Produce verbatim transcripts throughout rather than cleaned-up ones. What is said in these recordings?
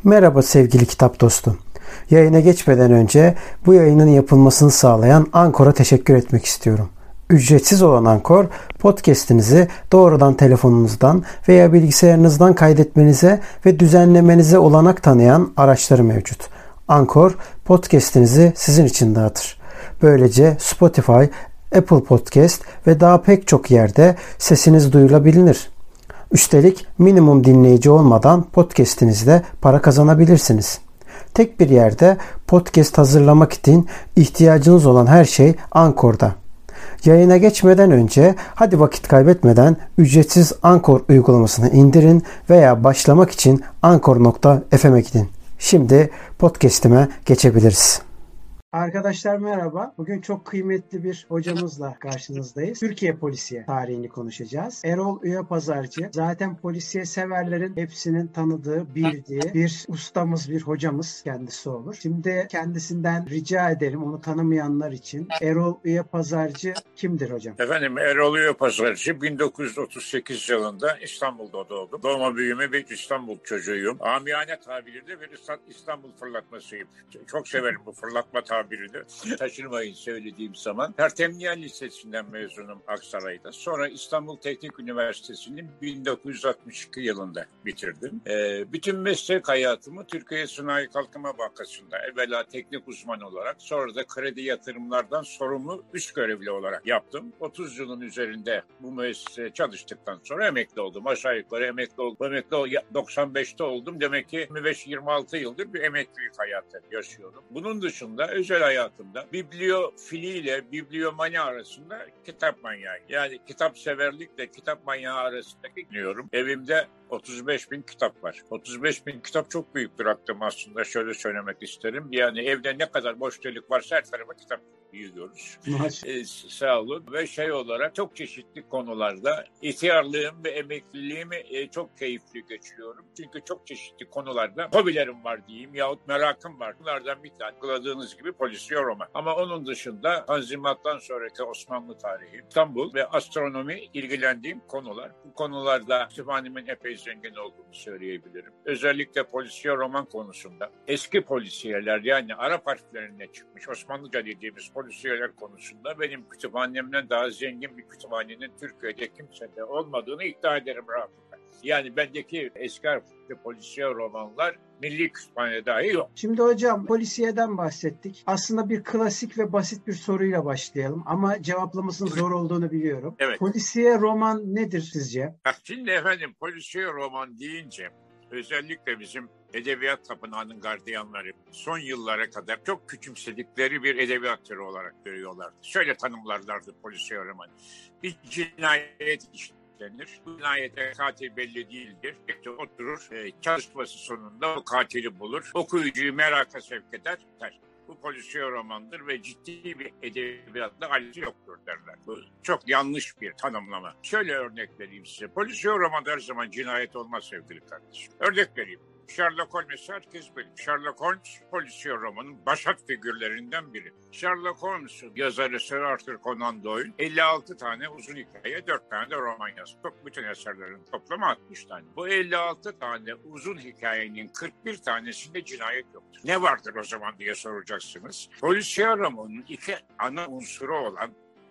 Merhaba sevgili kitap dostum. Yayına geçmeden önce bu yayının yapılmasını sağlayan Ankor'a teşekkür etmek istiyorum. Ücretsiz olan Ankor, podcast'inizi doğrudan telefonunuzdan veya bilgisayarınızdan kaydetmenize ve düzenlemenize olanak tanıyan araçları mevcut. Ankor, podcast'inizi sizin için dağıtır. Böylece Spotify, Apple Podcast ve daha pek çok yerde sesiniz duyulabilir. Üstelik minimum dinleyici olmadan podcast'inizde para kazanabilirsiniz. Tek bir yerde podcast hazırlamak için ihtiyacınız olan her şey Ankor'da. Yayına geçmeden önce hadi vakit kaybetmeden ücretsiz Ankor uygulamasını indirin veya başlamak için ankor nokta f m'e gidin. Şimdi podcast'ime geçebiliriz. Arkadaşlar merhaba. Bugün çok kıymetli bir hocamızla karşınızdayız. Türkiye polisiye tarihini konuşacağız. Erol Üyapazarcı zaten polisiye severlerin hepsinin tanıdığı, bildiği bir ustamız, bir hocamız kendisi olur. Şimdi kendisinden rica edelim onu tanımayanlar için. Erol Üyapazarcı kimdir hocam? Efendim Erol Üyapazarcı bin dokuz yüz otuz sekiz yılında İstanbul'da doğdum. Doğma büyüme bir İstanbul çocuğuyum. Amiyane tabiriyle bir İstanbul fırlatmasıyım. Çok severim bu fırlatma tabirini. Şaşırmayın söylediğim zaman. Pertemniyel Lisesi'nden mezunum Aksaray'da. Sonra İstanbul Teknik Üniversitesi'ni bin dokuz yüz altmış iki yılında bitirdim. Ee, bütün meslek hayatımı Türkiye Sanayi Kalkınma Bankası'nda evvela teknik uzman olarak sonra da kredi yatırımlardan sorumlu üst görevli olarak yaptım. otuz yılın üzerinde bu müesseseye çalıştıktan sonra emekli oldum. Aşağı yukarı emekli oldum. Emekli ol- doksan beşte oldum. Demek ki yirmi beş yirmi altı yıldır bir emeklilik hayatı yaşıyorum. Bunun dışında özel hayatımda bibliofiliyle bibliomani arasında kitap manyağı. Yani kitap severlikle kitap manyağı arasındaki diyorum. Evimde otuz beş bin kitap var. otuz beş bin kitap çok büyük bir rakam aslında. Şöyle söylemek isterim. Yani evde ne kadar boş delik varsa her tarafa kitap yığıyoruz. Ee, sağ olun. Ve şey olarak çok çeşitli konularda ihtiyarlığım ve emekliliğimi e, çok keyifli geçiriyorum. Çünkü çok çeşitli konularda hobilerim var diyeyim yahut merakım var. Bunlardan bir tane kıladığınız gibi polisiye roman. Ama onun dışında Tanzimat'tan sonraki Osmanlı tarihi, İstanbul ve astronomi ilgilendiğim konular. Bu konularda kütüphanemin epey zengin olduğunu söyleyebilirim. Özellikle polisiye roman konusunda eski polisiyeler yani Arap harflerine çıkmış Osmanlıca dediğimiz polisiyeler konusunda benim kütüphanemden daha zengin bir kütüphanenin Türkiye'de kimsede olmadığını iddia ederim rahatlıkla. Yani bendeki eski harfli polisiye romanlar Milli Kütüphane dahi yok. Şimdi hocam polisiyeden bahsettik. Aslında bir klasik ve basit bir soruyla başlayalım. Ama cevaplamasının zor olduğunu biliyorum. Evet. Polisiye roman nedir sizce? Şimdi efendim polisiye roman deyince özellikle bizim edebiyat tapınağının gardiyanları son yıllara kadar çok küçümsedikleri bir edebiyat türü olarak görüyorlardı. Şöyle tanımlarlardı polisiye roman. Bir cinayet işlenir. Bu cinayete katil belli değildir. İşte oturur, e, çalışması sonunda o katili bulur. Okuyucuyu meraka sevk eder. Der. Bu polisiye romandır ve ciddi bir edebiyatla alakası yoktur derler. Bu çok yanlış bir tanımlama. Şöyle örnek vereyim size. Polisiye roman her zaman cinayet olmaz sevgili kardeşim. Örnek vereyim. Sherlock Holmes herkes bilir. Sherlock Holmes polisiye romanın başat figürlerinden biri. Sherlock Holmes'un yazarı Sir Arthur Conan Doyle elli altı tane uzun hikaye, dört tane de roman yazdı. Bütün eserlerin toplamı altmış tane. Bu elli altı tane uzun hikayenin kırk bir tanesinde cinayet yoktur. Ne vardır o zaman diye soracaksınız. Polisiye romanın iki ana unsuru olan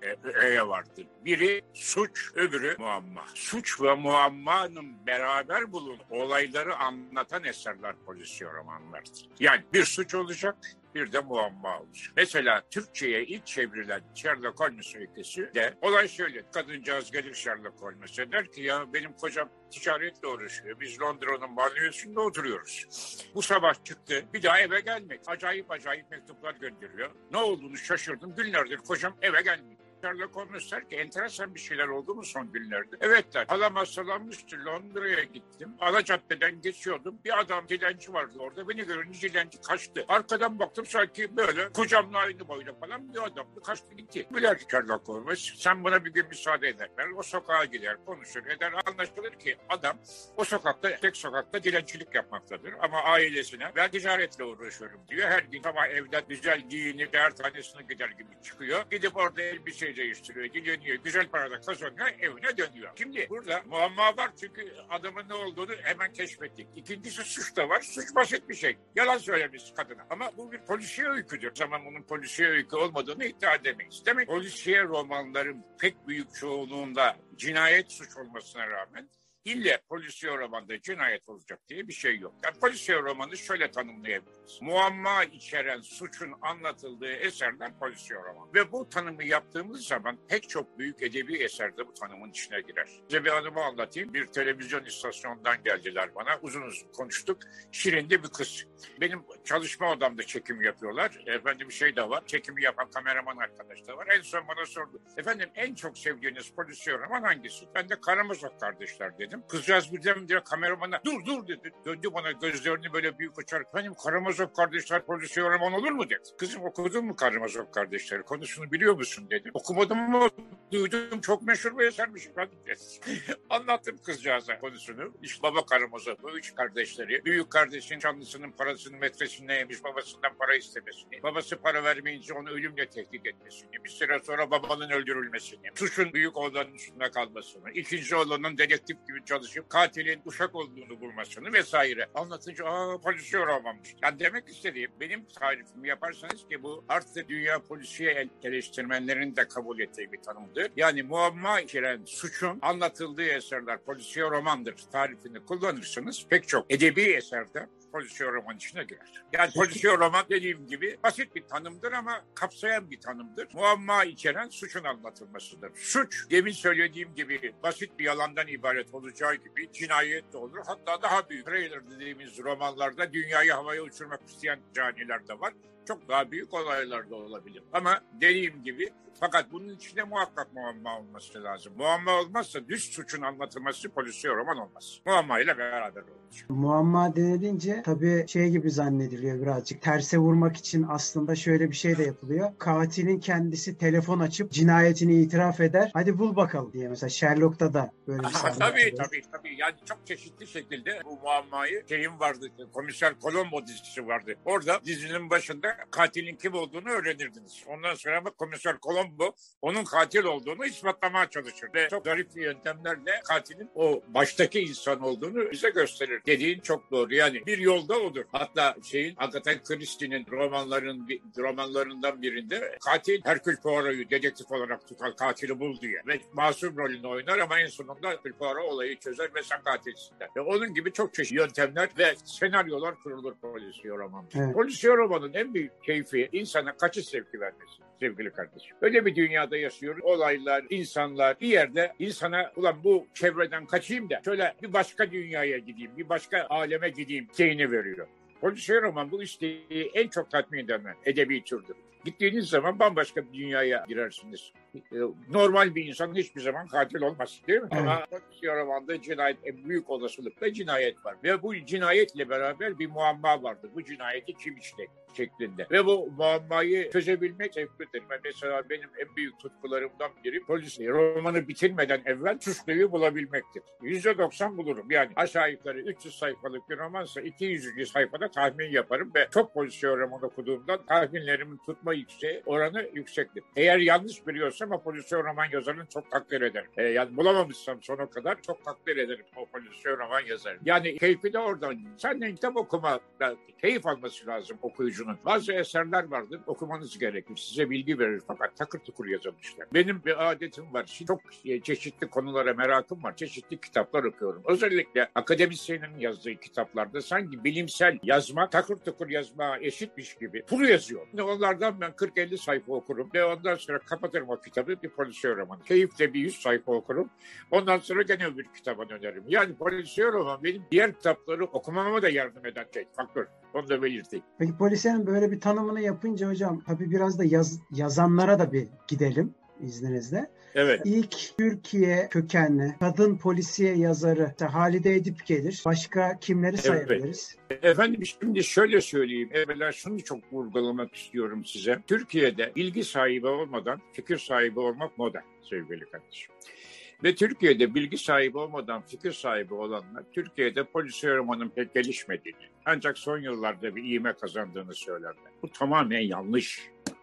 öğe vardır. Biri suç, öbürü muamma. Suç ve muammanın beraber bulun olayları anlatan eserler polisiye romanlardır. Yani bir suç olacak, bir de muamma olacak. Mesela Türkçe'ye ilk çevrilen Sherlock Holmes öyküsü de olay şöyle. Kadıncağız gelir Sherlock Holmes'e der ki ya benim kocam ticaretle uğraşıyor. Biz Londra'nın banliyosunda oturuyoruz. Bu sabah çıktı. Bir daha eve gelmedi. Acayip acayip mektuplar gönderiyor. Ne olduğunu şaşırdım. Günlerdir kocam eve gelmedi. Sherlock Holmes der ki enteresan bir şeyler oldu mu son günlerde? Evet der. Halam hastalanmıştı. Londra'ya gittim. Ana caddeden geçiyordum. Bir adam dilenci vardı orada. Beni görünce dilenci kaçtı. Arkadan baktım sanki böyle kocamla aynı boyda falan bir adamdı. Kaçtı gitti. Biler ki Sherlock Holmes sen buna bir gün müsaade ederler. O sokağa gider konuşur eder. Anlaşılır ki adam o sokakta tek sokakta dilencilik yapmaktadır. Ama ailesine ben ticaretle uğraşıyorum diyor. Her gün sabah evden güzel giyinip her tanesine gider gibi çıkıyor. Gidip orada elbise şey değiştiriyor, dileniyor, güzel parada kazanıyor, evine dönüyor. Şimdi burada muamma var çünkü adamın ne olduğunu hemen keşfettik. İkincisi suç da var. Suç basit bir şey. Yalan söylemiş kadına. Ama bu bir polisiye öyküdür. O zaman bunun polisiye öykü olmadığını iddia edemeyiz. Demek polisiye romanların pek büyük çoğunluğunda cinayet suç olmasına rağmen İlle polisiye romanda cinayet olacak diye bir şey yok. Yani polisiye romanı şöyle tanımlayabiliriz. Muamma içeren suçun anlatıldığı eserler polisiye roman. Ve bu tanımı yaptığımız zaman pek çok büyük edebi eser de bu tanımın içine girer. Size bir anımı anlatayım. Bir televizyon istasyonundan geldiler bana. Uzun uzun konuştuk. Şirin'de bir kız. Benim çalışma odamda çekim yapıyorlar. Efendim bir şey de var. Çekimi yapan kameraman arkadaş da var. En son bana sordu. Efendim en çok sevdiğiniz polisiye roman hangisi? Ben de Karamazov Kardeşler dedim. Kızcağız birdenbire kameramana dur dur dedi. Döndü bana gözlerini böyle büyük açarak. Efendim Karamazov Kardeşler polisiye roman olur mu dedi. Kızım okudun mu Karamazov Kardeşleri? Konusunu biliyor musun dedim. Okumadım ama duydum çok meşhur bir esermiş efendim dedi. Anlattım kızcağıza konusunu. İşte baba Karamazov bu üç kardeşleri. Büyük kardeşin canlısının parasının metresini yemiş babasından para istemesini. Babası para vermeyince onu ölümle tehdit etmesini. Bir süre sonra babanın öldürülmesini. Suçun büyük oğlanın üstünde kalmasını. İkinci oğlanın dedektif gibi çalışıp katilin uşak olduğunu bulmasını vesaire anlatınca aa polisiye romanmış. Yani demek istediğim benim tarifimi yaparsanız ki bu artık dünya polisiye eleştirmenlerin de kabul ettiği bir tanımdır. Yani muamma içeren suçun anlatıldığı eserler polisiye romandır tarifini kullanırsanız pek çok edebi eserde polisiye roman içine girer. Yani polisiye roman dediğim gibi basit bir tanımdır ama kapsayan bir tanımdır. Muamma içeren suçun anlatılmasıdır. Suç demin söylediğim gibi basit bir yalandan ibaret olacağı gibi cinayet de olur. Hatta daha büyük trailer dediğimiz romanlarda dünyayı havaya uçurmak isteyen caniler de var. Çok daha büyük olaylar da olabilir. Ama dediğim gibi fakat bunun içinde muhakkak muamma olması lazım. Muamma olmazsa düz suçun anlatılması polisiye roman olmaz. Muamma ile beraber olacak. Muamma denilince tabii şey gibi zannediliyor birazcık. Terse vurmak için aslında şöyle bir şey de yapılıyor. Katilin kendisi telefon açıp cinayetini itiraf eder. Hadi bul bakalım diye. Mesela Sherlock'ta da böyle bir sahne Tabii yapılıyor. tabii tabii. Yani çok çeşitli şekilde bu muammayı şeyin vardı. Komiser Colombo dizisi vardı. Orada dizinin başında katilin kim olduğunu öğrenirdiniz. Ondan sonra ama Komiser Colombo onun katil olduğunu ispatlamaya çalışır. Ve çok garip bir yöntemlerle katilin o baştaki insan olduğunu bize gösterir. Dediğin çok doğru. Yani bir yolda odur. Hatta şeyin Agatha Christie'nin romanların romanlarından birinde katil Hercule Poirot'u dedektif olarak tutar katili bul diye. Ve masum rolünü oynar ama en sonunda Hercule Poirot olayı çözer ve sen katilsin der. Ve onun gibi çok çeşitli yöntemler ve senaryolar kurulur polisiye roman. Evet. Polisiye romanın en büyük keyfi insana kaçış zevki vermesi sevgili kardeşim. Öyle bir dünyada yaşıyoruz. Olaylar, insanlar bir yerde insana ulan bu çevreden kaçayım da şöyle bir başka dünyaya gideyim, bir başka aleme gideyim şeyini veriyor. Polisiye roman bu isteği en çok tatmin eden edebi türdür. Gittiğiniz zaman bambaşka bir dünyaya girersiniz. Normal bir insan hiçbir zaman katil olmaz değil mi? Evet. Ama polisiye romanda cinayet, en büyük olasılıkla cinayet var. Ve bu cinayetle beraber bir muamma vardır. Bu cinayeti kim işledi şeklinde. Ve bu muammayı çözebilmek zevklidir. Mesela benim en büyük tutkularımdan biri polis romanı bitirmeden evvel suçluyu bulabilmektir. yüzde doksan bulurum. Yani aşağı yukarı üç yüz sayfalık bir romansa iki yüzüncü sayfada tahmin yaparım ve çok polisiye roman okuduğumdan tahminlerimin tutma yükseği oranı yüksektir. Eğer yanlış biliyorsam o polisiye roman yazarını çok takdir ederim. Ee, yani bulamamışsam sona kadar çok takdir ederim o polisiye roman yazarını. Yani keyfi de oradan. Senden kitap okumakta keyif alması lazım okuyucunun. Bazı eserler vardır okumanız gerekir. Size bilgi verir fakat takır tukur yazılmışlar. Benim bir adetim var. Şimdi çok çeşitli konulara merakım var. Çeşitli kitaplar okuyorum. Özellikle akademisyenin yazdığı kitaplarda sanki bilimsel yazma takır tukur yazma eşitmiş gibi kuru yazıyor. Onlardan ben kırk elli sayfa okurum ve ondan sonra kapatırım o kitabı bir polisiye roman. Keyifle bir yüz sayfa okurum. Ondan sonra gene bir kitaba dönerim. Yani polisiye roman benim diğer kitapları okumama da yardım eden şey, faktör. Onu da belirteyim. Peki polisiyenin böyle bir tanımını yapınca hocam tabii biraz da yaz, yazanlara da bir gidelim izninizle. Evet. İlk Türkiye kökenli kadın polisiye yazarı Halide Edip gelir. Başka kimleri sayabiliriz? Evet. Efendim şimdi şöyle söyleyeyim. Evvela şunu çok vurgulamak istiyorum size. Türkiye'de bilgi sahibi olmadan fikir sahibi olmak moda sevgili kardeşim. Ve Türkiye'de bilgi sahibi olmadan fikir sahibi olanlar Türkiye'de polisiye romanın pek gelişmediğini ancak son yıllarda bir ivme kazandığını söylerler. Bu tamamen yanlış.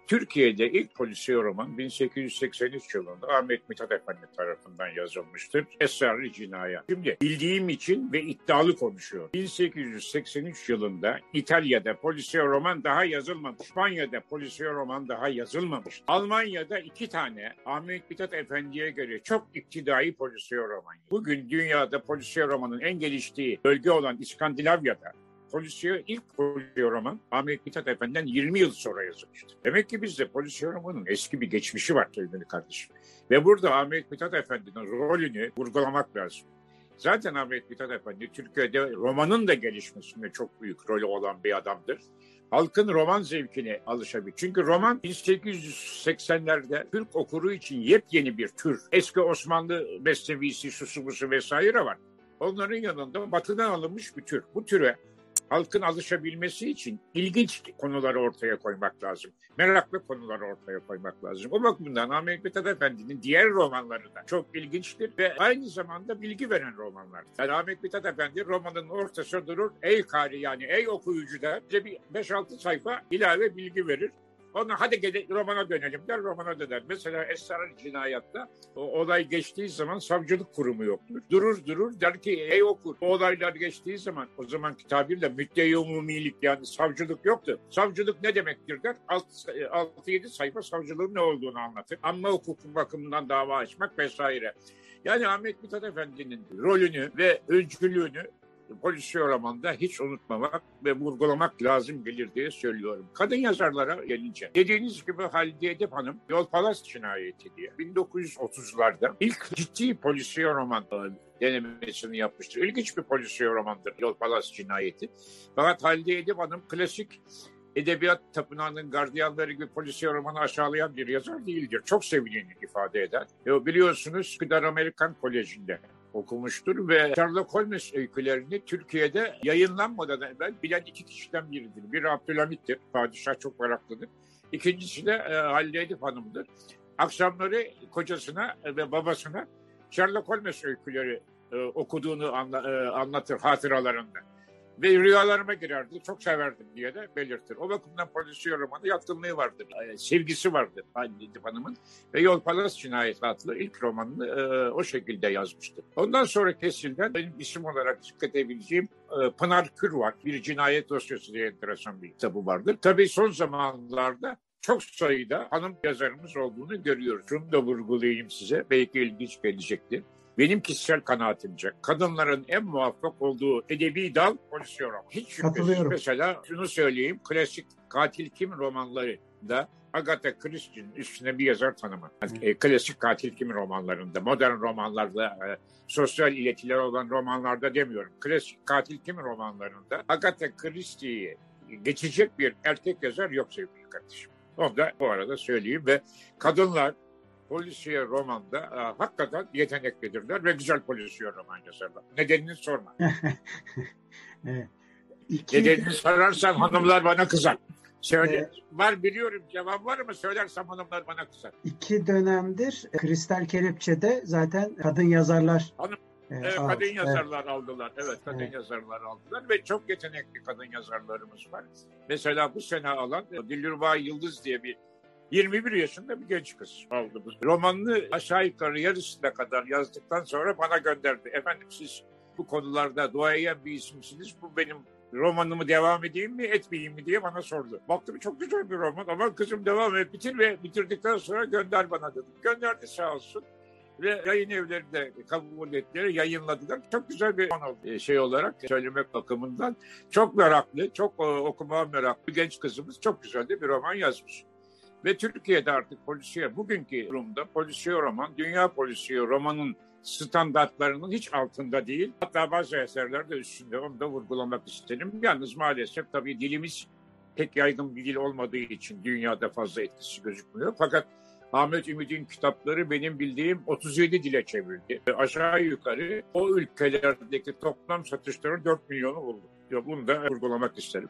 Türkiye'de ilk polisiye roman bin sekiz yüz seksen üç yılında Ahmet Mithat Efendi tarafından yazılmıştır. Esrar-ı Cinayet. Şimdi bildiğim için ve iddialı konuşuyor. bin sekiz yüz seksen üç yılında İtalya'da polisiye roman daha yazılmamış. İspanya'da polisiye roman daha yazılmamış. Almanya'da iki tane Ahmet Mithat Efendi'ye göre çok iktidai polisiye roman. Bugün dünyada polisiye romanın en geliştiği bölge olan İskandinavya'da polisiye, ilk polisiye roman Ahmet Mithat Efendi'den yirmi yıl sonra yazılmıştır. Demek ki bizde polisiye romanın eski bir geçmişi var sevgili kardeşim. Ve burada Ahmet Mithat Efendi'nin rolünü vurgulamak lazım. Zaten Ahmet Mithat Efendi Türkiye'de romanın da gelişmesinde çok büyük rolü olan bir adamdır. Halkın roman zevkine alışabilir. Çünkü roman bin sekiz yüz seksenlerde Türk okuru için yepyeni bir tür. Eski Osmanlı bestevisi, şusu busu vesaire var. Onların yanında batıdan alınmış bir tür. Bu türe halkın alışabilmesi için ilginç konuları ortaya koymak lazım. Meraklı konuları ortaya koymak lazım. O bakımdan Ahmet Mithat Efendi'nin diğer romanları da çok ilginçtir ve aynı zamanda bilgi veren romanlardır. Yani Ahmet Mithat Efendi romanın ortasında durur. Ey kari, yani ey okuyucu der. Bize bir beş altı sayfa ilave bilgi verir. Ona hadi gel, romana dönelim der, romana döner. Mesela Esrar-ı Cinayet'te o olay geçtiği zaman savcılık kurumu yoktur. Durur durur der ki ey okur, o olaylar geçtiği zaman, o zamanki tabirle müddei umumilik, yani savcılık yoktu. Savcılık ne demektir der, altı yedi sayfa savcılığın ne olduğunu anlatır. Amma hukuku bakımından dava açmak vesaire. Yani Ahmet Mithat Efendi'nin rolünü ve öncülüğünü polisiye romanda hiç unutmamak ve vurgulamak lazım gelir diye söylüyorum. Kadın yazarlara gelince, dediğiniz gibi Halide Edip Hanım Yol Palas Cinayeti diye bin dokuz yüz otuzlarda ilk ciddi polisiye roman denemesini yapmıştır. İlginç bir polisiye romandır Yol Palas Cinayeti. Fakat Halide Edip Hanım klasik edebiyat tapınağının gardiyanları gibi polisiye romanı aşağılayan bir yazar değildir. Çok sevdiğini ifade eder. E, biliyorsunuz Üsküdar Amerikan Koleji'nde okumuştur ve Sherlock Holmes öykülerini Türkiye'de yayınlanmadan evvel bilen iki kişiden biridir. Biri Abdülhamit'tir, padişah çok meraklıdır. İkincisi de e, Halide Edip Hanım'dır. Akşamları kocasına ve babasına Sherlock Holmes öyküleri e, okuduğunu anla, e, anlatır hatıralarında. Ve rüyalarıma girerdi, çok severdim diye de belirtir. O bakımdan polisiye romanı yatkınlığı vardır, yani sevgisi vardır Halide Edip Hanım'ın. Ve Yol Palas Cinayeti adlı ilk romanını e, o şekilde yazmıştır. Ondan sonra kesilden benim isim olarak dikkat edebileceğim e, Pınar Kür var. Bir cinayet dosyası diye enteresan bir kitabı vardır. Tabii son zamanlarda çok sayıda hanım yazarımız olduğunu görüyoruz. Şunu da vurgulayayım size, belki ilginç gelecektir. Benim kişisel kanaatimce kadınların en muvaffak olduğu edebi dal polisiye roman. Hiç şüphesiz. Mesela şunu söyleyeyim, klasik Katil Kim romanlarında Agatha Christie'nin üstüne bir yazar tanımı. Yani, e, klasik Katil Kim romanlarında, modern romanlarda, e, sosyal iletiler olan romanlarda demiyorum. Klasik Katil Kim romanlarında Agatha Christie'yi geçecek bir erkek yazar yok sevgili kardeşim. Onu da bu arada söyleyeyim ve kadınlar polisiye romanda e, hakikaten yeteneklidirler ve güzel polisiye roman yazarlar. Nedenini sorma. Evet. İki... Nedenini sorarsam hanımlar bana kızar. Söyle, evet. Var biliyorum, cevap var ama söylersem hanımlar bana kızar. İki dönemdir Kristal Kelepçe'de zaten kadın yazarlar Hanım, evet, kadın yazarlar evet. aldılar. Evet, kadın evet. yazarlar aldılar ve çok yetenekli kadın yazarlarımız var. Mesela bu sene alan Dilruba Yıldız diye bir yirmi bir yaşında bir genç kız aldı bu. Romanını aşağı yukarı yarısına kadar yazdıktan sonra bana gönderdi. Efendim siz bu konularda duayen bir isimsiniz. Bu benim romanımı devam edeyim mi etmeyeyim mi diye bana sordu. Baktım çok güzel bir roman ama kızım devam et bitir ve bitirdikten sonra gönder bana dedim. Gönderdi sağ olsun. Ve yayın evleri de kabul ettiler, yayınladılar. Çok güzel bir roman oldu. Şey olarak söylemek bakımından çok meraklı, çok okumaya meraklı bir genç kızımız çok güzel de bir roman yazmış. Ve Türkiye'de artık polisiye, bugünkü durumda polisiye roman, dünya polisiye romanın standartlarının hiç altında değil. Hatta bazı eserler de üstünde, onu da vurgulamak isterim. Yalnız maalesef tabii dilimiz pek yaygın bir dil olmadığı için dünyada fazla etkisi gözükmüyor. Fakat Ahmet Ümit'in kitapları benim bildiğim otuz yedi dile çevrildi. Aşağı yukarı o ülkelerdeki toplam satışların dört milyonu oldu. Bunu da vurgulamak isterim.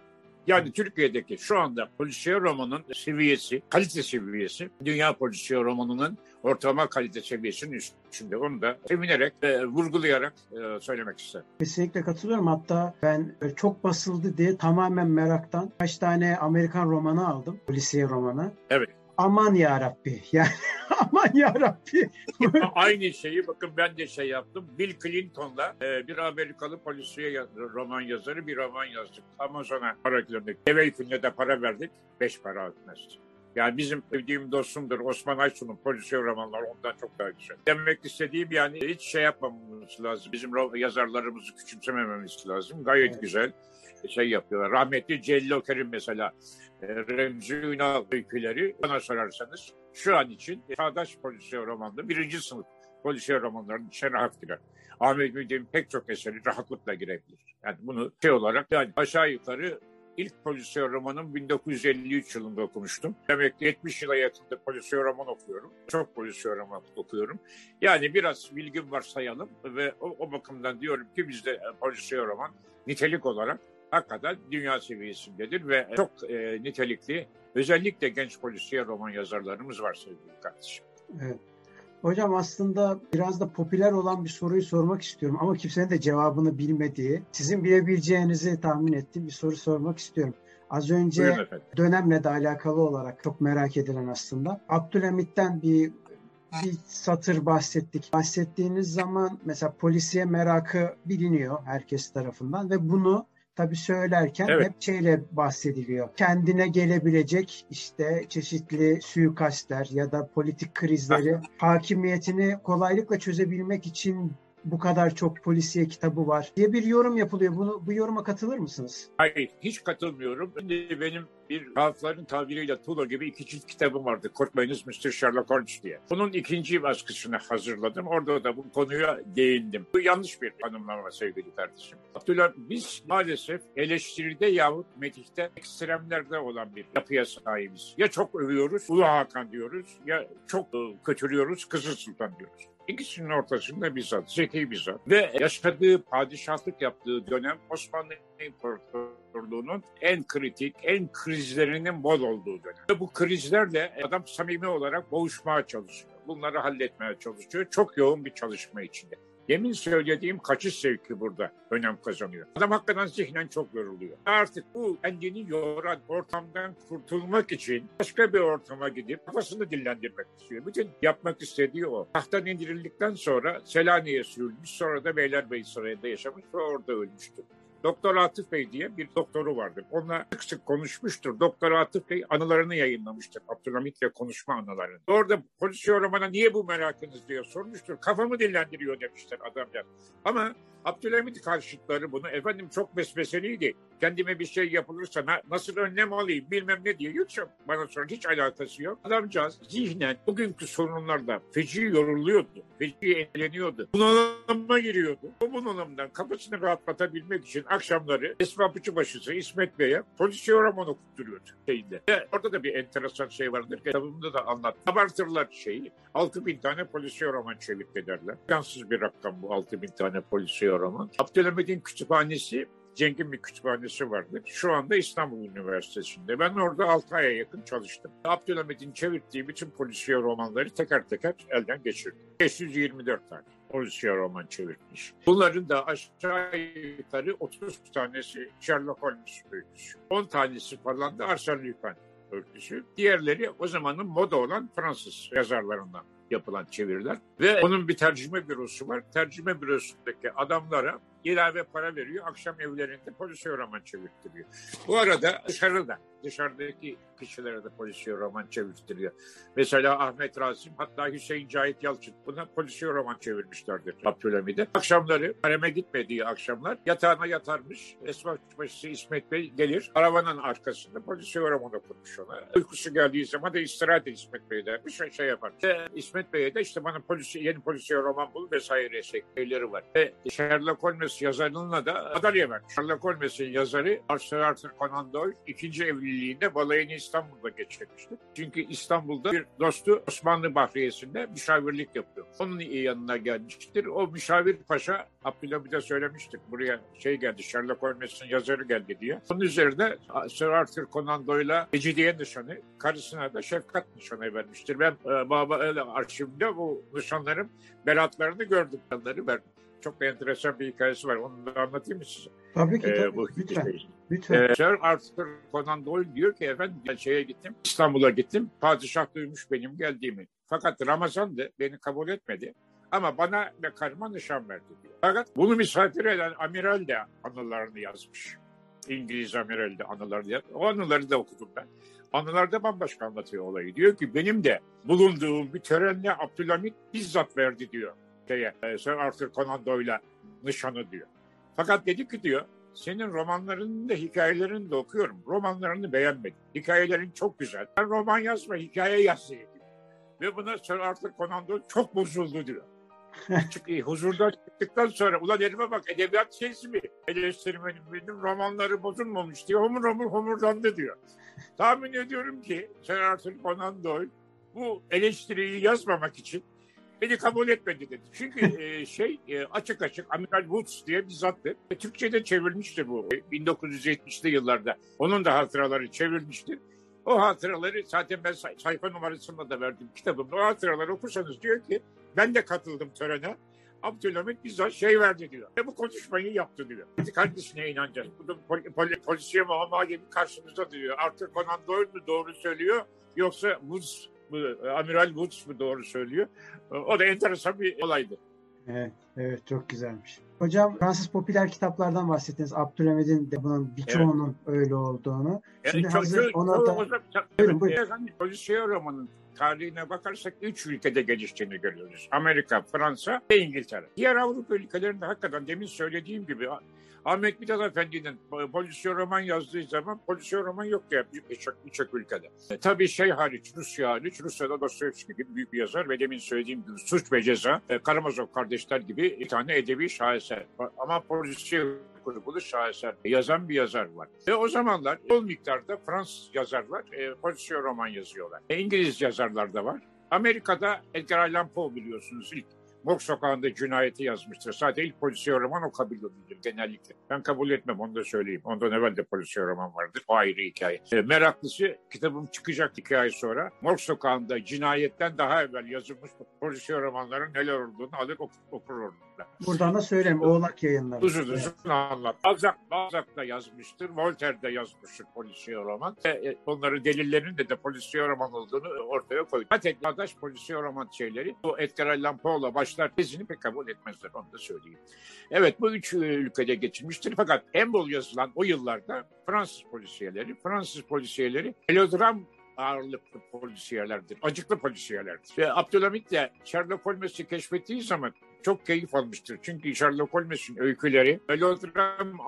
Yani Türkiye'deki şu anda polisiye romanın seviyesi, kalite seviyesi, dünya polisiye romanının ortalama kalite seviyesinin üstünde. Onu da sevinerek, e, vurgulayarak e, söylemek isterim. Kesinlikle katılıyorum. Hatta ben çok basıldı diye tamamen meraktan kaç tane Amerikan romanı aldım. Polisiye romanı. Evet. Aman yarabbi. Yani aman yarabbi. Aynı şeyi bakın ben de şey yaptım. Bill Clinton'la e, bir Amerikalı polisiye yaz- roman yazarı bir roman yazdık. Amazon'a para gönderdik. Deve yüküne de para verdik. Beş para etmez. Yani bizim sevdiğim dostumdur Osman Aysun'un polisiye romanları ondan çok daha güzel. Demek istediğim yani hiç şey yapmamamız lazım. Bizim yazarlarımızı küçümsemememiz lazım. Gayet evet. Güzel şey yapıyorlar. Rahmetli Celil Oker'in mesela e, Remzi Ünal öyküleri bana sorarsanız şu an için çağdaş polisiye romanında birinci sınıf polisiye romanlarının içine rahat girer. Ahmet Müdür'ün pek çok eseri rahatlıkla girebilir. Yani bunu şey olarak yani aşağı yukarı İlk polisiye romanım bin dokuz yüz elli üç yılında okumuştum. Demek ki yetmiş yıla yakında polisiye roman okuyorum. Çok polisiye roman okuyorum. Yani biraz bilgim var sayalım ve o, o bakımdan diyorum ki bizde polisiye roman nitelik olarak hakikaten dünya seviyesindedir ve çok e, nitelikli özellikle genç polisiye roman yazarlarımız var sevgili kardeşim. Evet. Hocam aslında biraz da popüler olan bir soruyu sormak istiyorum ama kimsenin de cevabını bilmediği, sizin bilebileceğinizi tahmin ettiğim bir soru sormak istiyorum. Az önce dönemle de alakalı olarak çok merak edilen aslında. Abdülhamit'ten bir bir satır bahsettik. Bahsettiğiniz zaman mesela polisiye merakı biliniyor herkes tarafından ve bunu tabii söylerken evet. hep şeyle bahsediliyor. Kendine gelebilecek işte çeşitli suikastler ya da politik krizleri hakimiyetini kolaylıkla çözebilmek için bu kadar çok polisiye kitabı var diye bir yorum yapılıyor. Bunu, bu yoruma katılır mısınız? Hayır, hiç katılmıyorum. Şimdi benim bir halkların tabiriyle tuğla gibi iki cilt kitabım vardı. Korkmayınız mister Sherlock Holmes diye. Bunun ikinci baskısını hazırladım. Orada da bu konuya değindim. Bu yanlış bir tanımlama sevgili kardeşim. Abdülhamit, biz maalesef eleştiride yahut medihte ekstremlerde olan bir yapıya sahibiz. Ya çok övüyoruz, Ulu Hakan diyoruz ya çok kötülüyoruz, Kızıl Sultan diyoruz. İkisinin ortasında bir zat, zeki bir zat. Ve yaşadığı, padişahlık yaptığı dönem Osmanlı İmparatorluğu'nun en kritik, en krizlerinin bol olduğu dönem. Ve bu krizlerle adam samimi olarak boğuşmaya çalışıyor. Bunları halletmeye çalışıyor. Çok yoğun bir çalışma içinde. Yemin söylediğim kaçış zevki burada önem kazanıyor. Adam hakikaten zihnen çok yoruluyor. Artık bu kendini yoran ortamdan kurtulmak için başka bir ortama gidip kafasını dinlendirmek istiyor. Bütün yapmak istediği o. Tahttan indirildikten sonra Selanik'e sürülmüş, sonra da Beylerbeyi Sarayı'nda yaşamış ve orada ölmüştür. Doktor Atıf Bey diye bir doktoru vardır. Onunla sık sık konuşmuştur. Doktor Atıf Bey anılarını yayınlamıştır. Abdülhamit'le konuşma anılarını. Orada polisiye romana niye bu merakınız diye sormuştur. Kafamı dinlendiriyor demişler adamlar. Ama Abdülhamit karşıtları bunu efendim çok mesmeseliydi. Kendime bir şey yapılırsa na- nasıl önlem alayım bilmem ne diye yüksek bana sonra hiç alakası yok. Adamcağız zihnen bugünkü sorunlarda feci yoruluyordu. Feci eğleniyordu. Bunalıma giriyordu. Bu bunalımdan kafasını rahatlatabilmek için akşamları Esma Pıçıbaşısı İsmet Bey'e polisiye roman okutturuyordu şeyinde. Ve orada da bir enteresan şey vardır. Kitabımda da anlat. Abartırlar şeyi. altı bin tane polisiye roman çevirdi derler. Yansız bir rakam bu altı bin tane polisiye roman. Abdülhamit'in kütüphanesi Ceng'in bir kütüphanesi vardır. Şu anda İstanbul Üniversitesi'nde. Ben orada altı aya yakın çalıştım. Abdülhamit'in çevirdiği bütün polisiye romanları teker teker elden geçirdim. beş yüz yirmi dört tane polisiye roman çevirmiş. Bunların da aşağı yukarı otuz tanesi Sherlock Holmes öyküsü. on tanesi falan da Arsène Lupin öyküsü. Diğerleri o zamanın moda olan Fransız yazarlarından yapılan çeviriler. Ve onun bir tercüme bürosu var. Tercüme bürosundaki adamlara ilave para veriyor. Akşam evlerinde polisiye roman çevirtiriyor. Bu arada dışarıda, dışarıdaki kişilere de polisiye roman çevirtiriyor. Mesela Ahmet Rasim, hatta Hüseyin Cahit Yalçın buna polisiye roman çevirmişlerdir Abdülhamid'e. Akşamları, hareme gitmediği akşamlar yatağına yatarmış. Esma Pıçıbaşısı İsmet Bey gelir. Arabanın arkasında polisiye roman okurmuş ona. Uykusu geldiği zaman da istirahat et İsmet Bey dermiş ve şey yapar. Ve İsmet Bey'e de işte bana polisi, yeni polisiye roman bul vesaire şeyleri var. Ve Sherlock Holmes Holmes yazarına da madalya vermiş. Sherlock Holmes'in yazarı Sir Arthur Conan Doyle ikinci evliliğinde balayını İstanbul'da geçirmişti. Çünkü İstanbul'da bir dostu Osmanlı Bahriyesi'nde müşavirlik yapıyor. Onun yanına gelmiştir. O müşavir paşa, Abdülhamid'e söylemiştik, buraya şey geldi, Sherlock Holmes'in yazarı geldi diye. Onun üzerine Sir Arthur Conan Doyle'a Mecidiye nişanı, karısına da Şefkat nişanı vermiştir. Ben e, Baba arşivimde bu nişanların beratlarını gördüm. Ben, çok da enteresan bir hikayesi var. Onu da anlatayım mı size? Tabii ki. Ee, tabii. bu lütfen. Şey. lütfen. Ee, Sir Arthur Conan Doyle diyor ki efendim ben şeye gittim, İstanbul'a gittim. Padişah duymuş benim geldiğimi. Fakat Ramazan'dı, beni kabul etmedi. Ama bana ve karıma nişan verdi diyor. Fakat bunu misafir eden amiral de anılarını yazmış. İngiliz amiral de anılarını yazmış. O anıları da okudum ben. Anılarda bambaşka anlatıyor olayı. Diyor ki benim de bulunduğum bir törenle Abdülhamid bizzat verdi diyor. Şeye, Sir Arthur Conan Doyle'a nişanı diyor. Fakat dedi ki diyor, senin romanlarını da hikayelerini de okuyorum. Romanlarını beğenmedim. Hikayelerin çok güzel. Ben roman yazma, hikaye yaz diyor. Ve buna Sir Arthur Conan Doyle çok bozuldu diyor. Çık, huzurdan çıktıktan sonra ulan elime bak, edebiyat şeysi mi? Eleştirmenim benim romanları bozulmamış diyor. Homur homur homurdandı diyor. Tahmin ediyorum ki Sir Arthur Conan Doyle bu eleştiriyi yazmamak için beni kabul etmedi dedi. Çünkü e, şey e, açık açık Amiral Woods diye bir zattı. E, Türkçe'de çevrilmiştir bu. bin dokuz yüz yetmişli yıllarda. Onun da hatıraları çevrilmiştir. O hatıraları zaten ben say- sayfa numarasını da verdim kitabımda. O hatıraları okursanız diyor ki ben de katıldım törene. Abdülhamid bizzat şey verdi diyor. Ve bu konuşmayı yaptı diyor. Kardeşine inanacağız. Bu da pol- pol- polisiye muamma gibi karşımızda diyor. Arthur Conan Doyle mu doğru söylüyor yoksa Woods mu, Amiral Woods mu doğru söylüyor? O da enteresan bir olaydı. Evet, evet çok güzelmiş. Hocam Fransız popüler kitaplardan bahsettiniz. Abdülhamid'in de bunun birçoğunun evet. öyle olduğunu. Şimdi yani hazır çok, ona çok, da... Hocam, buyurun, buyurun. Yani, polisiye romanın tarihine bakarsak üç ülkede geliştiğini görüyoruz. Amerika, Fransa ve İngiltere. Diğer Avrupa ülkelerinde hakikaten demin söylediğim gibi Ahmet Mithat Efendi'nin polisiye roman yazdığı zaman polisiye roman yok ya birçok birçok ülkede. E, tabii şey hariç, Rusya hariç, Rusya'da Dostoyevski gibi büyük bir yazar ve demin söylediğim gibi Suç ve Ceza, e, Karamazov kardeşler gibi bir tane edebi şaheser. Ama polisiye kurgulu şaheser yazan bir yazar var. Ve o zamanlar bol miktarda Fransız yazarlar e, polisiye roman yazıyorlar. E, İngiliz yazarlar da var. Amerika'da Edgar Allan Poe biliyorsunuz ilk Morg Sokağı'nda Cinayeti yazmıştır. Zaten ilk polisiye roman o kabildedir genellikle. Ben kabul etmem, onu da söyleyeyim. Ondan evvel de polisiye roman vardır. O ayrı hikaye. E, meraklısı kitabım çıkacak iki ay sonra Morg Sokağı'nda Cinayetten daha evvel yazılmış polisiye romanların neler olduğunu alır okur, okur orada. Buradan da söyleyeyim. Oğlak Yayınları. Uzun uzun anlat. Balzac, Balzac da yazmıştır. Voltaire de yazmıştır polisiye roman. E, e, onların delillerinin de, de polisiye roman olduğunu ortaya koydu. Zaten arkadaş polisiye roman şeyleri bu Edgar Allan Poe'la başlar tezini pek kabul etmezler. Onu da söyleyeyim. Evet bu üç ülkede geçirmiştir. Fakat en bol yazılan o yıllarda Fransız polisiyeleri, Fransız polisiyeleri melodram ağırlıklı polisiyelerdir. Acıklı polisiyelerdir. Ve Abdülhamid de Sherlock Holmes'i keşfettiği zaman çok keyif almıştır. Çünkü Sherlock Holmes'in öyküleri melodram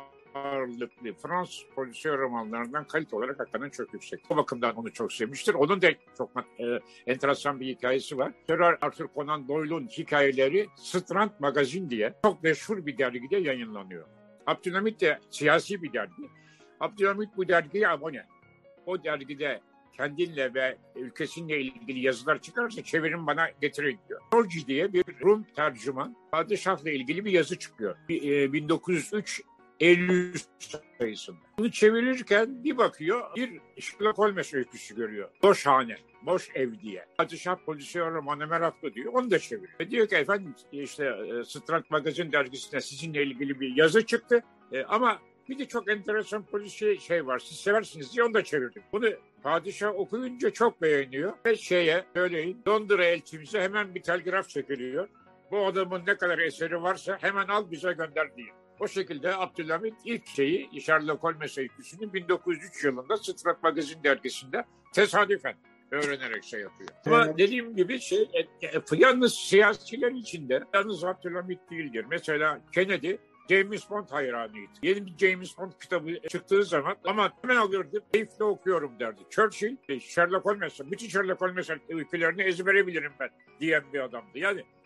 ağırlıklı Fransız polisiye romanlarından kalite olarak hakikaten çok yüksek. O bakımdan onu çok sevmiştir. Onun da çok e, enteresan bir hikayesi var. Sir Arthur Conan Doyle'un hikayeleri Strand Magazine diye çok meşhur bir dergide yayınlanıyor. Abdülhamid de siyasi bir dergi. Abdülhamid bu dergiye abone. O dergide kendinle ve ülkesinle ilgili yazılar çıkarsa çevirin bana getirin diyor. Georgi diye bir Rum tercüman padişahla ilgili bir yazı çıkıyor. bin dokuz yüz üç Eylül sayısında. Bunu çevirirken bir bakıyor bir Sherlock Holmes öyküsü görüyor. Boş hane, boş ev diye. Padişah polisiye romanı meraklı diyor. Onu da çeviriyor. Ve diyor ki efendim işte Strand Magazine dergisinde sizinle ilgili bir yazı çıktı. E, ama bir de çok enteresan polisiye şey var. Siz seversiniz diye onu da çevirdim. Bunu padişah okuyunca çok beğeniyor. Ve şeye söyleyin Londra elçimize hemen bir telgraf çekiliyor. Bu adamın ne kadar eseri varsa hemen al bize gönder diye. O şekilde Abdülhamid ilk şeyi Sherlock Holmes öyküsünü bin dokuz yüz üç yılında Strand Magazine dergisinde tesadüfen öğrenerek şey yapıyor. Evet. Ama dediğim gibi şey e, e, yalnız siyasiler içinde yalnız Abdülhamid değildir. Mesela Kennedy James Bond hayranıydı. Yeni bir James Bond kitabı çıktığı zaman ama hemen alırdı, keyifle okuyorum derdi. Churchill, Sherlock Holmes'ın, bütün Sherlock Holmes öykülerini ezbere bilirim ben diyen bir adamdı. Yani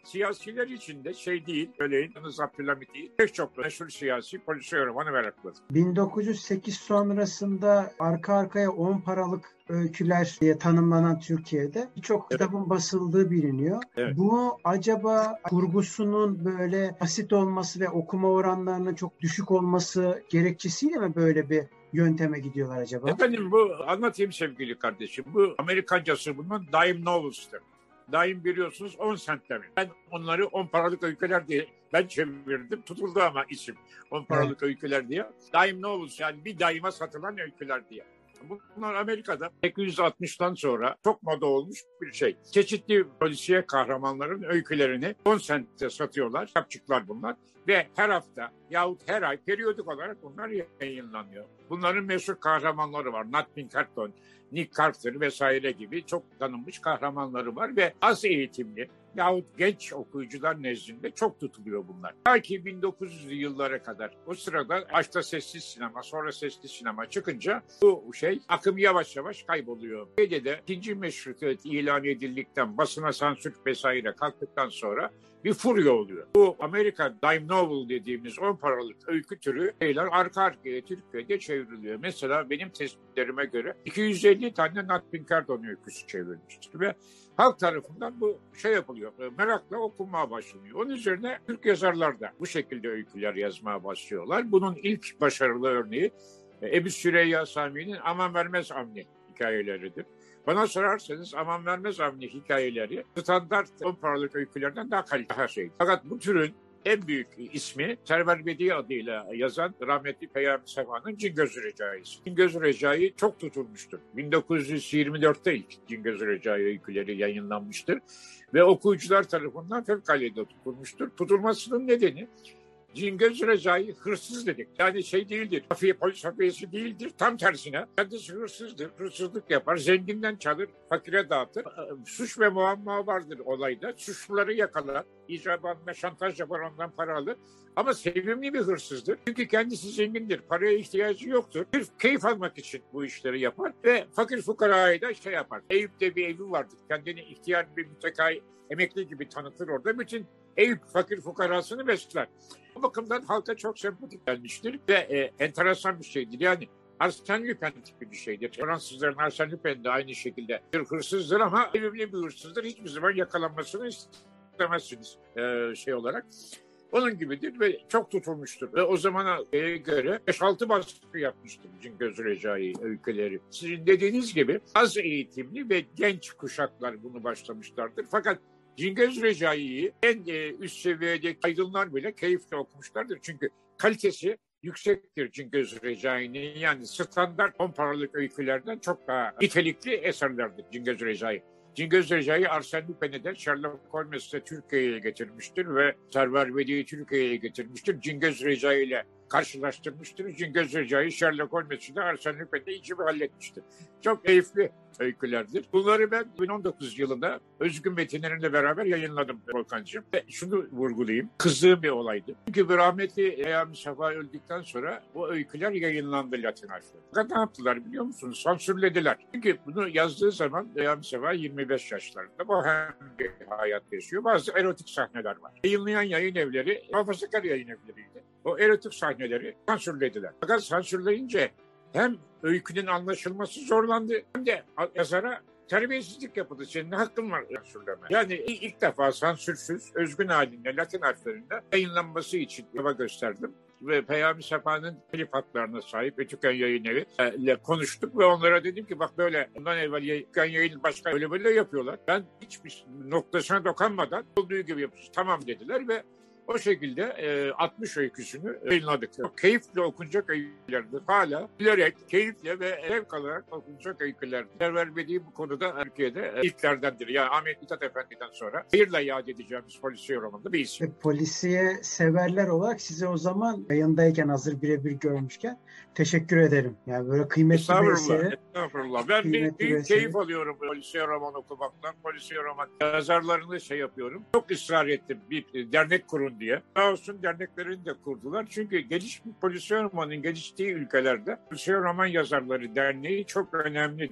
siyasiler için de şey değil, öyle yalnız Abdülhamit değil, pek çok meşhur siyasi polisiye romanı meraklıdır. bin dokuz yüz sekiz sonrasında arka arkaya on paralık öyküler diye tanımlanan Türkiye'de birçok evet. kitabın basıldığı biliniyor. Evet. Bu acaba kurgusunun böyle basit olması ve okuma oranlarının çok düşük olması gerekçesiyle mi böyle bir yönteme gidiyorlar acaba? Efendim bu anlatayım sevgili kardeşim. Bu Amerikancası bunun dime novels'tır. Daim biliyorsunuz on cent'te mi? Ben onları on paralık öyküler diye ben çevirdim. Tutuldu ama isim. on paralık evet. öyküler diye. Dime novels yani bir daima satılan öyküler diye. Bunlar Amerika'da sekiz yüz altmıştan sonra çok moda olmuş bir şey. Çeşitli polisiye kahramanların öykülerini on cent'te satıyorlar. Kitapçıklar bunlar. Ve her hafta yahut her ay periyodik olarak bunlar yayınlanıyor. Bunların meşhur kahramanları var. Nat Pinkerton, Nick Carter vesaire gibi çok tanınmış kahramanları var ve az eğitimli yahut genç okuyucular nezdinde çok tutuluyor bunlar. Ta ki bin dokuz yüzlü yıllara kadar. O sırada başta sessiz sinema, sonra sesli sinema çıkınca bu şey akım yavaş yavaş kayboluyor. Türkiye'de ikinci meşrutiyet ilan edildikten, basına sansür vesaire kalktıktan sonra bir furya oluyor. Bu Amerika dime novel dediğimiz on paralık öykü türü şeyler arka arkaya Türkiye'de çevriliyor. Mesela benim tespitlerime göre iki yüz elli tane Nat Pinkerton öyküsü çevrilmiştir ve halk tarafından bu şey yapılıyor. Merakla okunmaya başlanıyor. Onun üzerine Türk yazarlar da bu şekilde öyküler yazmaya başlıyorlar. Bunun ilk başarılı örneği Ebu Süreyya Sami'nin Aman Vermez Avni hikayeleridir. Bana sorarsanız Aman Vermez Avni hikayeleri standart on paralık öykülerden daha kaliteli şey. Fakat bu türün en büyük ismi Server Bedi adıyla yazan rahmetli Peyami Safa'nın Cingöz Recai'si. Cingöz Recai çok tutulmuştur. bin dokuz yüz yirmi dörtte ilk Cingöz Recai öyküleri yayınlanmıştır ve okuyucular tarafından fevkalade tutulmuştur. Tutulmasının nedeni Cingöz Recai hırsız dedik. Yani şey değildir, hafiye, polis hafiyesi değildir. Tam tersine kendisi hırsızdır, hırsızlık yapar, zenginden çalır, fakire dağıtır. Suç ve muamma vardır olayda. Suçluları yakalar, icabında şantaj yapar, ondan para alır. Ama sevimli bir hırsızdır. Çünkü kendisi zengindir, paraya ihtiyacı yoktur. Sırf keyif almak için bu işleri yapar ve fakir fukarayı da şey yapar. Eyüp'te bir evi vardır. Kendini ihtiyar bir mütekai, emekli gibi tanıtır orada. Bütün Eyüp fakir fukarasını besler. Bu bakımdan halka çok sempatik gelmiştir ve e, enteresan bir şeydir. Yani Arsène Lupin tipi bir şeydir. Fransızların Arsène Lupin de aynı şekilde bir hırsızdır ama evimli bir hırsızdır. Hiçbir zaman yakalanmasını istemezsiniz e, şey olarak. Onun gibidir ve çok tutulmuştur. Ve o zamana göre beş altı baskı yapmıştır Cingöz Recai öyküleri. Sizin dediğiniz gibi az eğitimli ve genç kuşaklar bunu başlamışlardır. Fakat Cingöz Recai'yi en e, üst seviyedeki aydınlar bile keyifle okumuşlardır. Çünkü kalitesi yüksektir Cingöz Recai'nin. Yani standart on paralık öykülerden çok daha nitelikli eserlerdir Cingöz Recai. Cingöz Recai Arsène Lupin'i de Sherlock Holmes'ı Türkiye'ye getirmiştir ve Server Bedi'yi Türkiye'ye getirmiştir. Cingöz Recai ile karşılaştırmıştır. Cingöz Recai Sherlock Holmes'ı da Arsène Lupin'de iyice bir halletmiştir. Çok keyifli öykülerdir. Bunları ben iki bin on dokuz yılında Özgün metinleriyle beraber yayınladım Volkan'cığım. Ve şunu vurgulayayım. Kızdığım bir olaydı. Çünkü bir rahmetli Peyami Safa öldükten sonra bu öyküler yayınlandı Latin harfle. Fakat ne yaptılar biliyor musunuz? Sansürlediler. Çünkü bunu yazdığı zaman Peyami Safa yirmi beş yaşlarında. Bu hem bir hayat yaşıyor. Bazı erotik sahneler var. Yayınlayan yayın evleri muhafazakar yayın evleriydi. O erotik sahneleri sansürlediler. Fakat sansürleyince hem öykünün anlaşılması zorlandı hem de yazara terbiyesizlik yapıldı. Senin ne hakkın var sansürleme? Yani ilk defa sansürsüz, özgün halinde Latin harflerinde yayınlanması için çaba gösterdim. Ve Peyami Safa'nın telif haklarına sahip Etüken Yayın Evi ile konuştuk ve onlara dedim ki bak böyle bundan evvel Etüken Yayın başka öyle böyle yapıyorlar. Ben hiçbir noktasına dokunmadan olduğu gibi yapıyoruz. Tamam dediler ve o şekilde e, altmış öyküsünü yayınladık. Keyifle okunacak öykülerdir. Hala bilerek, keyifle ve zevk alarak okunacak öykülerdir. Server Bedi bu konuda Türkiye'de e, ilklerdendir. Yani Ahmet Mithat Efendi'den sonra hayırla yad edeceğimiz polisiye romanında bir isim. E, polisiye severler olarak size o zaman yayındayken hazır birebir görmüşken teşekkür ederim. Yani böyle kıymetli bir eseri. Estağfurullah. Ben bir, büyük keyif alıyorum polisiye roman okumaktan. Polisiye roman yazarlarını şey yapıyorum. Çok ısrar ettim. Bir dernek kurun diye. Sağ olsun derneklerini de kurdular. Çünkü gelişmiş polisiye romanın geliştiği ülkelerde polisiye roman yazarları derneği çok önemlidir.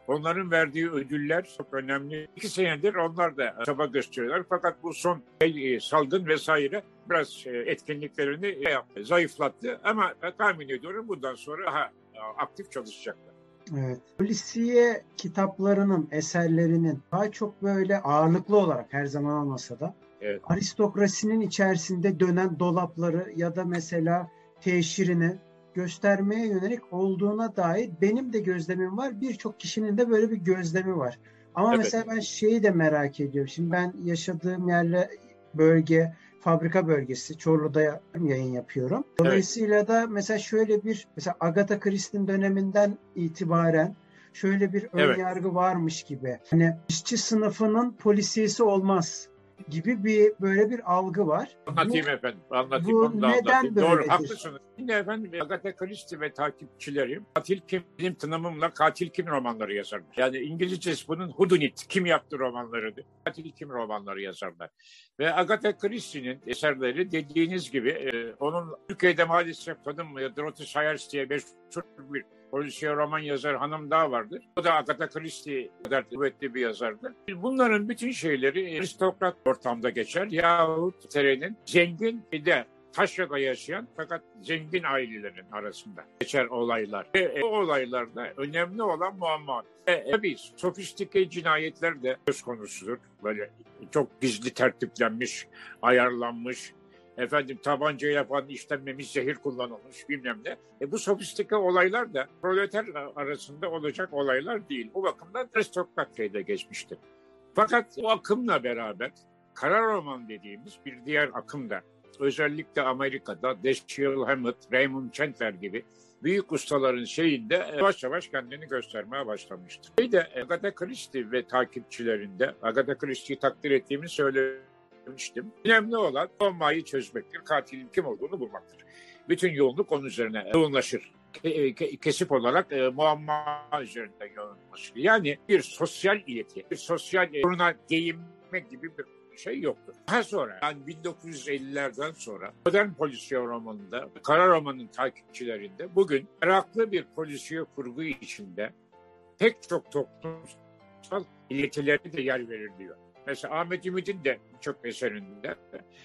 Onların verdiği ödüller çok önemli. İki senedir onlar da çaba gösteriyorlar. Fakat bu son salgın vesaire biraz etkinliklerini zayıflattı. Ama tahmin ediyorum bundan sonra daha aktif çalışacaklar. Evet. Polisiye kitaplarının, eserlerinin daha çok böyle ağırlıklı olarak, her zaman olmasa da, evet, aristokrasinin içerisinde dönen dolapları ya da mesela teşhirini göstermeye yönelik olduğuna dair benim de gözlemim var. Birçok kişinin de böyle bir gözlemi var. Ama evet, mesela ben şeyi de merak ediyorum. Şimdi ben yaşadığım yerle bölge, fabrika bölgesi, Çorlu'da yayın yapıyorum. Dolayısıyla evet, da mesela şöyle bir, mesela Agatha Christie'nin döneminden itibaren şöyle bir ön evet, yargı varmış gibi. Hani işçi sınıfının polisiyesi olmaz gibi bir böyle bir algı var. Anlatayım bu, efendim. Anlatayım. Bu onu da neden anlatayım. böyledir? Doğru, haklısınız. Şimdi efendim Agatha Christie ve takipçileri Katil Kim, benim tanımımla Katil Kim romanları yazarlar. Yani İngilizcesi bunun Whodunit, kim yaptı romanlarıdır. Katil Kim romanları yazarlar. Ve Agatha Christie'nin eserleri dediğiniz gibi e, onun Türkiye'de maalesef tanınmıyor. Dorothy Sayers diye meşhur bir polisiye roman yazar hanım daha vardır. O da Agatha Christie kadar kuvvetli bir yazardır. Bunların bütün şeyleri aristokrat ortamda geçer yahut terenin zengin bir de taşrada yaşayan fakat zengin ailelerin arasında geçer olaylar. Ve o olaylarda önemli olan muamma. E, tabii sofistike cinayetler de söz konusudur. Böyle çok gizli tertiplenmiş, ayarlanmış, efendim tabanca yapan, işlenmemiş, zehir kullanılmış bilmem ne. E, bu sofistike olaylar da proleter arasında olacak olaylar değil. Bu bakımdan aristokrat şeyde geçmiştir. Fakat o akımla beraber kara roman dediğimiz bir diğer akım da özellikle Amerika'da Dashiell Hammett, Raymond Chandler gibi büyük ustaların şeyinde yavaş yavaş kendini göstermeye başlamıştır. Bir de Agatha Christie ve takipçilerinde Agatha Christie'yi takdir ettiğimi söylemiştim. Önemli olan muammayı çözmektir, katilin kim olduğunu bulmaktır. Bütün yoğunluk onun üzerine yoğunlaşır. Kesip olarak e, muamma üzerinde yoğunlaşır. Yani bir sosyal ileti, bir sosyal soruna değinmek gibi bir şey yoktur. Daha sonra yani bin dokuz yüz ellilerden sonra modern polisiye romanında, kara romanın takipçilerinde bugün meraklı bir polisiye kurgu içinde pek çok toplumsal iletilere de yer veriliyor. Mesela Ahmet Ümit'in de çok eserinde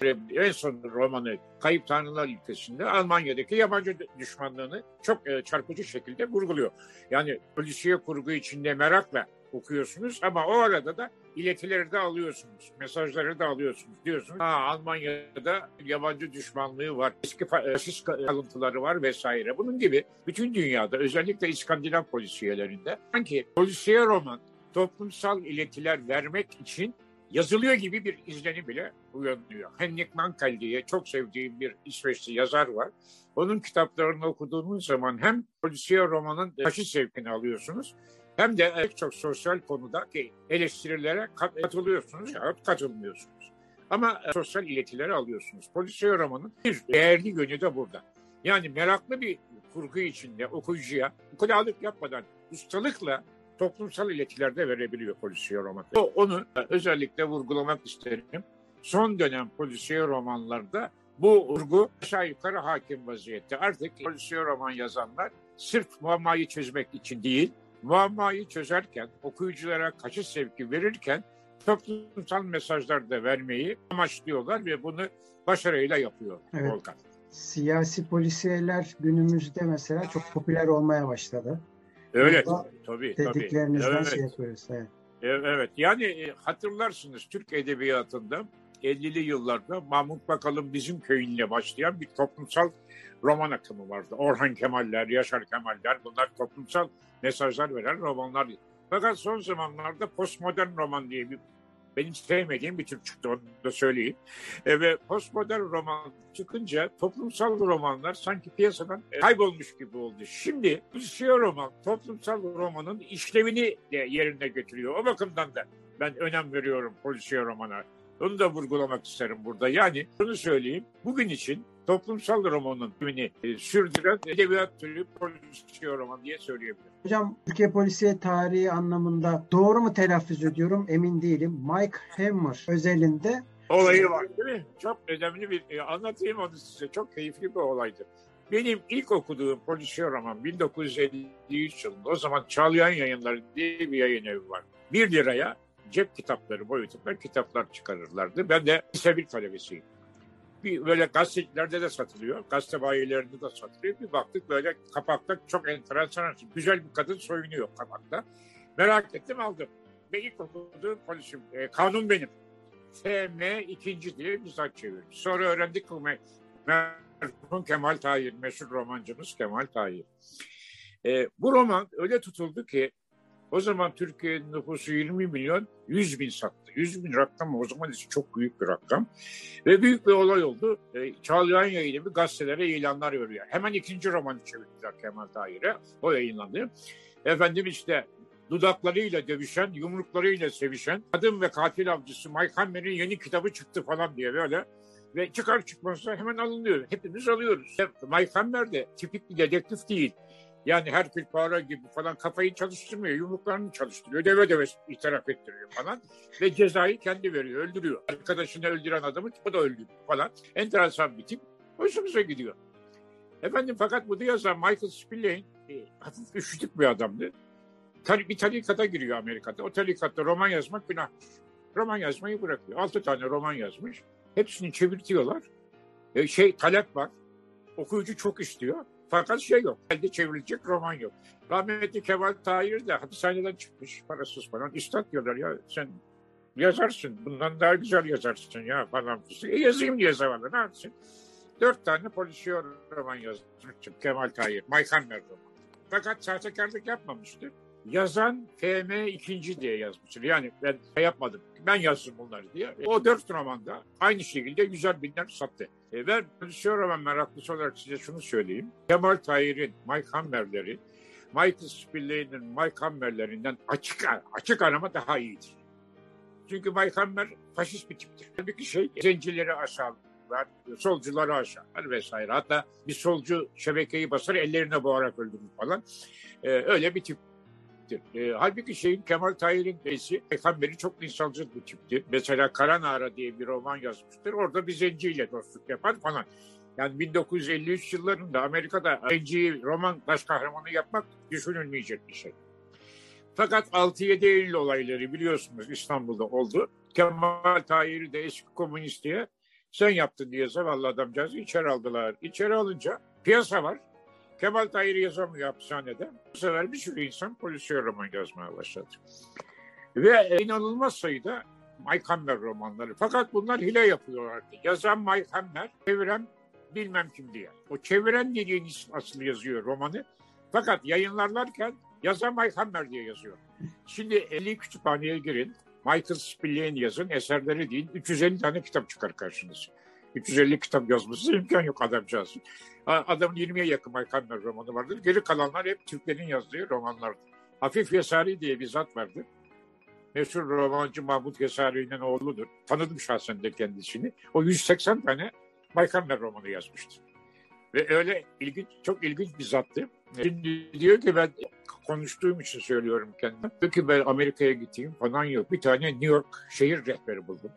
en son romanı Kayıp Tanrılar ülkesinde Almanya'daki yabancı düşmanlığını çok çarpıcı şekilde vurguluyor. Yani polisiye kurgu içinde merakla okuyorsunuz ama o arada da iletileri de alıyorsunuz, mesajları da alıyorsunuz. Diyorsunuz ha, Almanya'da yabancı düşmanlığı var, eski faşist kalıntıları var vesaire. Bunun gibi bütün dünyada özellikle İskandinav polisiyelerinde sanki polisiye roman toplumsal iletiler vermek için yazılıyor gibi bir izlenim bile uyanıyor. Henrik Mankell diye çok sevdiğim bir İsveçli yazar var. Onun kitaplarını okuduğunuz zaman hem polisiye romanın faşist zevkini alıyorsunuz hem de pek çok sosyal konudaki eleştirilere katılıyorsunuz ya katılmıyorsunuz. Ama sosyal iletileri alıyorsunuz. Polisiye romanın bir değerli yönü de burada. Yani meraklı bir kurgu içinde okuyucuya ukalalık yapmadan ustalıkla toplumsal iletilerde verebiliyor polisiye roman. O, onu özellikle vurgulamak isterim. Son dönem polisiye romanlarda bu vurgu aşağı yukarı hakim vaziyette. Artık polisiye roman yazanlar sırf muammayı çözmek için değil, muammayı çözerken, okuyuculara kaçış sevki verirken toplumsal mesajlar da vermeyi amaçlıyorlar ve bunu başarıyla yapıyor evet. Volkan. Siyasi polisiyeler günümüzde mesela çok popüler olmaya başladı. Öyle tabii. Dediklerinizden evet. şey yapıyoruz. Evet. evet. Yani hatırlarsınız Türk edebiyatında ellili yıllarda Mahmut Bakal'ın Bizim Köyünle başlayan bir toplumsal roman akımı vardı. Orhan Kemaller, Yaşar Kemaller bunlar toplumsal mesajlar veren romanlar. Fakat son zamanlarda postmodern roman diye bir benim sevmediğim bir tür çıktı, onu da söyleyeyim. E, ve postmodern roman çıkınca toplumsal romanlar sanki piyasadan kaybolmuş gibi oldu. Şimdi polisiye roman toplumsal romanın işlevini de yerine getiriyor. O bakımdan da ben önem veriyorum polisiye romana. Onu da vurgulamak isterim burada. Yani bunu söyleyeyim. Bugün için toplumsal romanın tümünü e, sürdüren edebiyat türü polisiye roman diye söyleyebilirim. Hocam Türkiye polisiye tarihi anlamında doğru mu telaffuz ediyorum emin değilim. Mike Hammer özelinde olayı var değil mi? Çok önemli bir e, anlatayım onu size. Çok keyifli bir olaydı. Benim ilk okuduğum polisiye roman bin dokuz yüz elli üç yılında, o zaman Çağlayan Yayınları diye bir yayın evi var. Bir liraya cep kitapları boyutunda kitaplar çıkarırlardı. Ben de lise bir talebesiyim. Bir böyle gazetelerde de satılıyor. Gazete bayilerinde de satılıyor. Bir baktık böyle kapakta çok enteresan, güzel bir kadın soyunuyor kapakta. Merak ettim, aldım. Ve ilk okuduğum polisim, e, Kanun Benim. F M ikinci diye bir zat çevirmiş. Sonra öğrendik ki merhum Kemal Tahir, meşhur romancımız Kemal Tahir. E, bu roman öyle tutuldu ki o zaman Türkiye'nin nüfusu yirmi milyon, yüz bin sattı. yüz bin rakam o zaman için çok büyük bir rakam. Ve büyük bir olay oldu. E, Çağlayan Yayını bir gazetelere ilanlar veriyor. Hemen ikinci romanı çevirdiler Kemal Tahir'e. O yayınlandı. Efendim işte dudaklarıyla dövüşen, yumruklarıyla sevişen kadın ve katil avcısı Mike Hammer'in yeni kitabı çıktı falan diye böyle. Ve çıkar çıkmaz da hemen alınıyor. Hepimiz alıyoruz. Mike Hammer de tipik bir dedektif değil. Yani Herkül Poirot gibi falan kafayı çalıştırmıyor. Yumruklarını çalıştırıyor. Deve deve itiraf ettiriyor falan. Ve cezayı kendi veriyor. Öldürüyor. Arkadaşını öldüren adamı o da öldürüyor falan. Enteresan bir tip. Hoşumuza gidiyor. Efendim fakat bunu yazan Michael Spillane e, hafif üşütük bir adamdı. Bir tarikata giriyor Amerika'da. O tarikatta roman yazmak günah. Roman yazmayı bırakıyor. Altı tane roman yazmış. Hepsini çevirtiyorlar. E, şey talep var. Okuyucu çok istiyor. Fakat şey yok. Elde çevrilecek roman yok. Rahmetli Kemal Tahir de hapishaneden çıkmış. Parasız falan. İstat diyorlar ya sen yazarsın. Bundan daha güzel yazarsın ya falan. E, yazayım diye zavallı. Ne yapsın? Dört tane polisiye roman yazmıştım Kemal Tahir. Mike Hammer roman. Fakat sahtekarlık yapmamıştı. Yazan F M ikinci diye yazmıştır. Yani ben yapmadım. Ben yazdım bunları diye. O dört romanda aynı şekilde güzel binler sattı. E ben polisiye roman meraklısı olarak size şunu söyleyeyim. Kemal Tahir'in Mike Hammer'leri, Michael Spillane'in Mike Hammer'lerinden açık açık arama daha iyidir. Çünkü Mike Hammer faşist bir tiptir. Halbuki şey zencileri aşağılar, solcuları aşağılar vesaire. Hatta bir solcu şebekeyi basar ellerine boğarak öldürür falan. E, öyle bir tip. E, halbuki şeyin Kemal Tahir'in eşi Hammer'i çok insancıl bir tipti. Mesela Kara Nara diye bir roman yazmıştır. Orada bir zenciyle dostluk yapar falan. Yani bin dokuz yüz elli üç yıllarında Amerika'da zenciyi roman baş kahramanı yapmak düşünülmeyecek bir şey. Fakat altı yedi Eylül olayları biliyorsunuz İstanbul'da oldu. Kemal Tahir'i de eski komünist diye sen yaptın diye zavallı adamcağızı içeri aldılar. İçeri alınca piyasa var. Kemal Tahir yazamıyor hapishanede. Bu sefer bir sürü insan polisiye roman yazmaya başladı. Ve inanılmaz sayıda Mike Hammer romanları. Fakat bunlar hile yapıyorlardı. Yazan Mike Hammer, çeviren bilmem kim diye. O çeviren dediğin isim asıl yazıyor romanı. Fakat yayınlarlarken yazan Mike Hammer diye yazıyor. Şimdi elli kütüphaneye girin. Michael Spillane yazın, eserleri değil. üç yüz elli tane kitap çıkar karşınıza. üç yüz elli kitap yazması imkan yok adamcağızın. Adamın yirmiye yakın Mike Hammer romanı vardır. Geri kalanlar hep Türklerin yazdığı romanlardır. Hafif Yesari diye bir zat vardır. Meşhur romancı Mahmut Yesari'nin oğludur. Tanıdım şahsen de kendisini. O yüz seksen tane Mike Hammer romanı yazmıştı. Ve öyle ilginç, çok ilginç bir zattı. Şimdi diyor ki ben konuştuğum için söylüyorum kendime. Diyor ki ben Amerika'ya gideyim falan yok. Bir tane New York şehir rehberi buldum.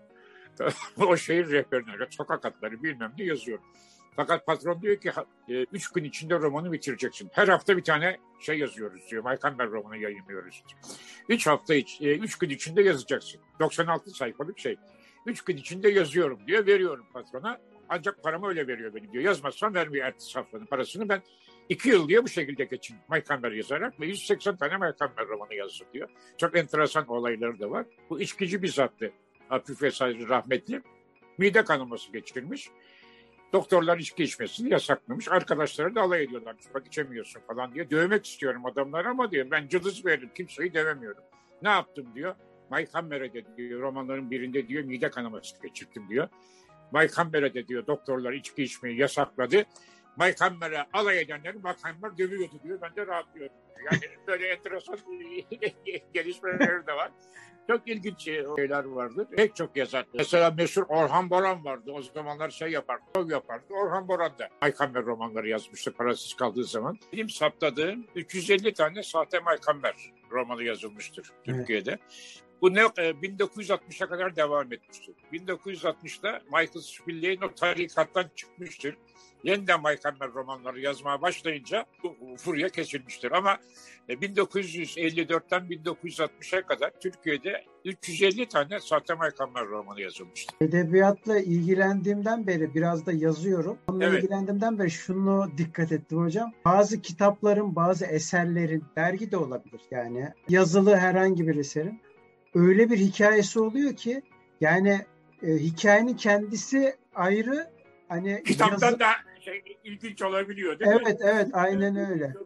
O şehir rehberine sokak adları bilmem ne yazıyorum. Fakat patron diyor ki üç gün içinde romanı bitireceksin. Her hafta bir tane şey yazıyoruz diyor. Mike Hammer romanı yayınlıyoruz diyor. Üç hafta iç, üç gün içinde yazacaksın. doksan altı sayfalık şey. Üç gün içinde yazıyorum diyor. Veriyorum patrona. Ancak paramı öyle veriyor benim diyor. Yazmazsam vermiyor ertesi haftanın parasını. Ben iki yıl diye bu şekilde geçin Mike Hammer yazarak ve yüz seksen tane Mike Hammer romanı yazdım diyor. Çok enteresan olayları da var. Bu içkici bir zattı. Hafif Yesari rahmetli. Mide kanaması geçirmiş. Doktorlar içki içmesini yasaklamış. Arkadaşları da alay ediyorlarmış. Bak içemiyorsun falan diye. Dövmek istiyorum adamlar ama diyor ben cılız veririm. Kimseyi dövemiyorum. Ne yaptım diyor. Mike Hammer'e de diyor romanların birinde diyor mide kanaması geçirdim diyor. Mike Hammer'e de diyor doktorlar içki içmeyi yasakladı. Mike Hammer'e alay edenleri Mike Hammer dövüyordu diyor. Ben de rahatlıyorum. Yani böyle enteresan gelişmeler de var. Çok ilginç şeyler vardır. Pek çok yazar. Mesela meşhur Orhan Boran vardı. O zamanlar şey yapardı, şov yapardı. Orhan Boran da Mike Hammer romanları yazmıştı parasız kaldığı zaman. Benim saptadığım üç yüz elli tane sahte Mike Hammer romanı yazılmıştır Türkiye'de. Evet. Bu ne bin dokuz yüz altmışa kadar devam etmiştir. bin dokuz yüz altmışta Michael Spillane o tarikattan çıkmıştır. Yeniden Maykammer romanları yazmaya başlayınca bu furya kesilmiştir. Ama bin dokuz yüz elli dörtten bin dokuz yüz altmışa kadar Türkiye'de üç yüz elli tane sahte Maykammer romanı yazılmıştır. Edebiyatla ilgilendiğimden beri biraz da yazıyorum. Onunla Evet. ilgilendiğimden beri şunu dikkat ettim hocam. Bazı kitapların, bazı eserlerin, dergi de olabilir yani, yazılı herhangi bir eserin öyle bir hikayesi oluyor ki yani e, hikayenin kendisi ayrı, hani Kitaptan yazı... da şey, ilginç olabiliyor değil mi? Evet, evet, aynen öyle.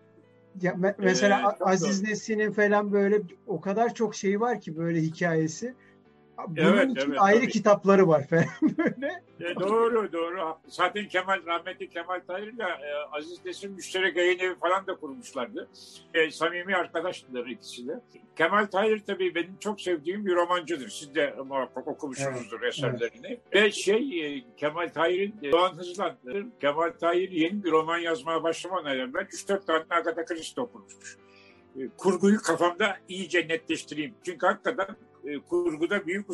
Ya, me- mesela Ee, Aziz Nesin'in falan böyle o kadar çok şey var ki böyle hikayesi. Bunun Evet, için evet, ayrı tabii. kitapları var falan böyle. E, doğru, doğru. Zaten Kemal, rahmetli Kemal Tahir'le e, Aziz Nesin müşterek yayın evi falan da kurmuşlardı. E, samimi arkadaştılar ikisi de. Kemal Tahir tabii benim çok sevdiğim bir romancıdır. Siz de muhakkak okumuşsunuzdur evet, eserlerini. Evet. Ve şey, e, Kemal Tahir'in e, Doğan Hızlan, e, Kemal Tahir yeni bir roman yazmaya başlamadan evvel üç dört tane Agatha Christie okumuşmuş. E, kurguyu kafamda iyice netleştireyim. Çünkü hakikaten e, kurguda büyük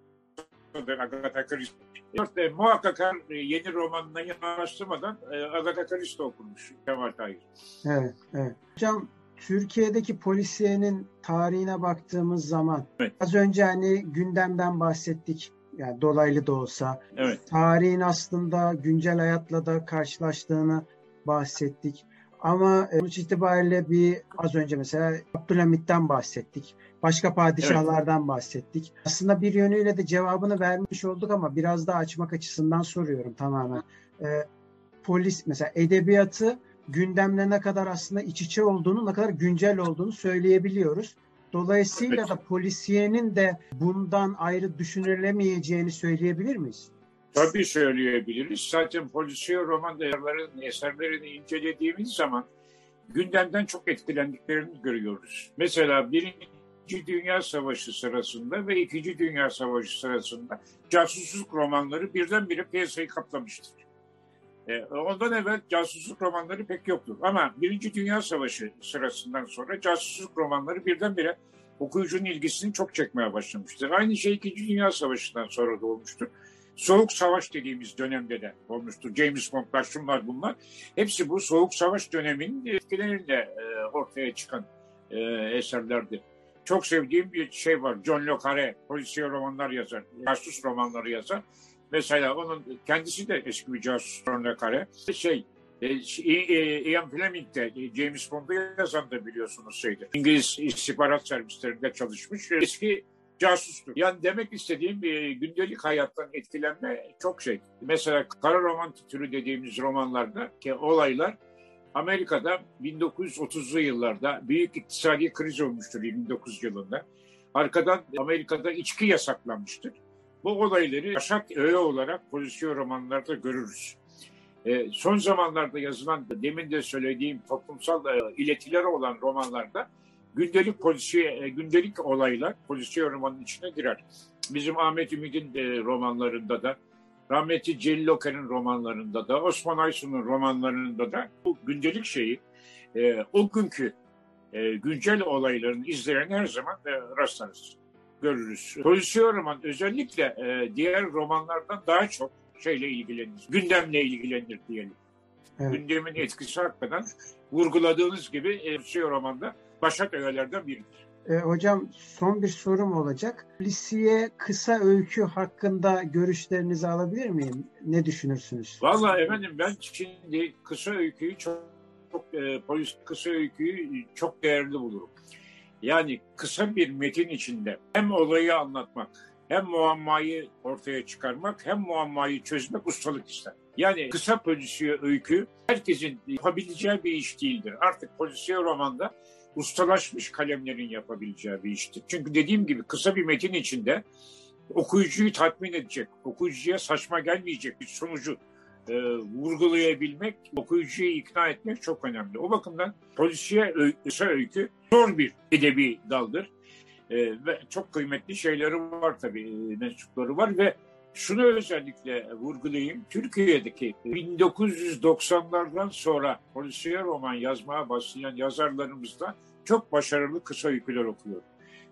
ustadır Agatha Christie. E, muhakkak her yeni romanına yanaştırmadan e, Agatha Christie okunmuş Kemal Tahir. Evet, evet. Hocam Türkiye'deki polisiyenin tarihine baktığımız zaman evet, az önce hani gündemden bahsettik. Yani dolaylı da olsa. Evet. Tarihin aslında güncel hayatla da karşılaştığını bahsettik. Ama sonuç itibariyle bir az önce mesela Abdülhamit'ten bahsettik. Başka padişahlardan evet, bahsettik. Aslında bir yönüyle de cevabını vermiş olduk ama biraz daha açmak açısından soruyorum tamamen. Ee, polis mesela edebiyatı gündemle ne kadar aslında iç içe olduğunu, ne kadar güncel olduğunu söyleyebiliyoruz. Dolayısıyla evet, da polisiyenin de bundan ayrı düşünülemeyeceğini söyleyebilir miyiz? Tabii söyleyebiliriz. Zaten polisiye roman değerlerin eserlerini incelediğimiz zaman gündemden çok etkilendiklerini görüyoruz. Mesela Birinci Dünya Savaşı sırasında ve İkinci Dünya Savaşı sırasında casusluk romanları birdenbire piyasayı kaplamıştır. Ondan evvel casusluk romanları pek yoktur. Ama Birinci Dünya Savaşı sırasından sonra casusluk romanları birdenbire okuyucunun ilgisini çok çekmeye başlamıştır. Aynı şey İkinci Dünya Savaşı'ndan sonra da olmuştur. Soğuk Savaş dediğimiz dönemde de olmuştur. James Bond'lar, şunlar bunlar. Hepsi bu Soğuk Savaş döneminin etkileriyle ortaya çıkan eserlerdir. Çok sevdiğim bir şey var. John Le Carre polisiye romanlar yazar, casus romanları yazar. Mesela onun kendisi de eski bir casus John Le Carre. Şey, Ian Fleming de James Bond'u yazan da biliyorsunuz şeydi. İngiliz istihbarat servislerinde çalışmış. Eski casustur. Yani demek istediğim gündelik hayattan etkilenme çok şey. Mesela kara roman türü dediğimiz romanlarda ki olaylar Amerika'da bin dokuz yüz otuzlu yıllarda büyük iktisadi kriz olmuştur yirmi dokuz yılında. Arkadan Amerika'da içki yasaklanmıştır. Bu olayları yaşat öğe olarak polisiye romanlarda görürüz. E, son zamanlarda yazılan, demin de söylediğim toplumsal e, iletileri olan romanlarda gündelik polisiye, e, gündelik olaylar polisiye romanın içine girer. Bizim Ahmet Ümit'in e, romanlarında da, rahmetli Celil Oker'in romanlarında da, Osman Aysun'un romanlarında da bu gündelik şeyi, e, o günkü e, güncel olayların izlerini her zaman e, rastlarız, görürüz. Polisiye roman özellikle e, diğer romanlardan daha çok şeyle ilgilenir, gündemle ilgilenir diyelim. Evet. Gündemin etkisi hakikaten vurguladığınız gibi e, polisiye romanda başat öğelerden biridir. E, hocam son bir sorum olacak. Polisiye kısa öykü hakkında görüşlerinizi alabilir miyim? Ne düşünürsünüz? Vallahi efendim ben şimdi kısa öyküyü çok, çok e, polis kısa öyküyü çok değerli bulurum. Yani kısa bir metin içinde hem olayı anlatmak, hem muammayı ortaya çıkarmak, hem muammayı çözmek ustalık ister. Yani kısa polisiye öykü herkesin yapabileceği bir iş değildir. Artık polisiye romanda ustalaşmış kalemlerin yapabileceği bir iştir. Çünkü dediğim gibi kısa bir metin içinde okuyucuyu tatmin edecek, okuyucuya saçma gelmeyecek bir sonucu e, vurgulayabilmek, okuyucuyu ikna etmek çok önemli. O bakımdan polisiye öykü, kısa öykü zor bir edebi daldır. E, ve çok kıymetli şeyleri var tabii, e, mensupları var ve şunu özellikle vurgulayayım. Türkiye'deki bin dokuz yüz doksanlardan sonra polisiye roman yazmaya başlayan yazarlarımızda çok başarılı kısa öyküler okuyor.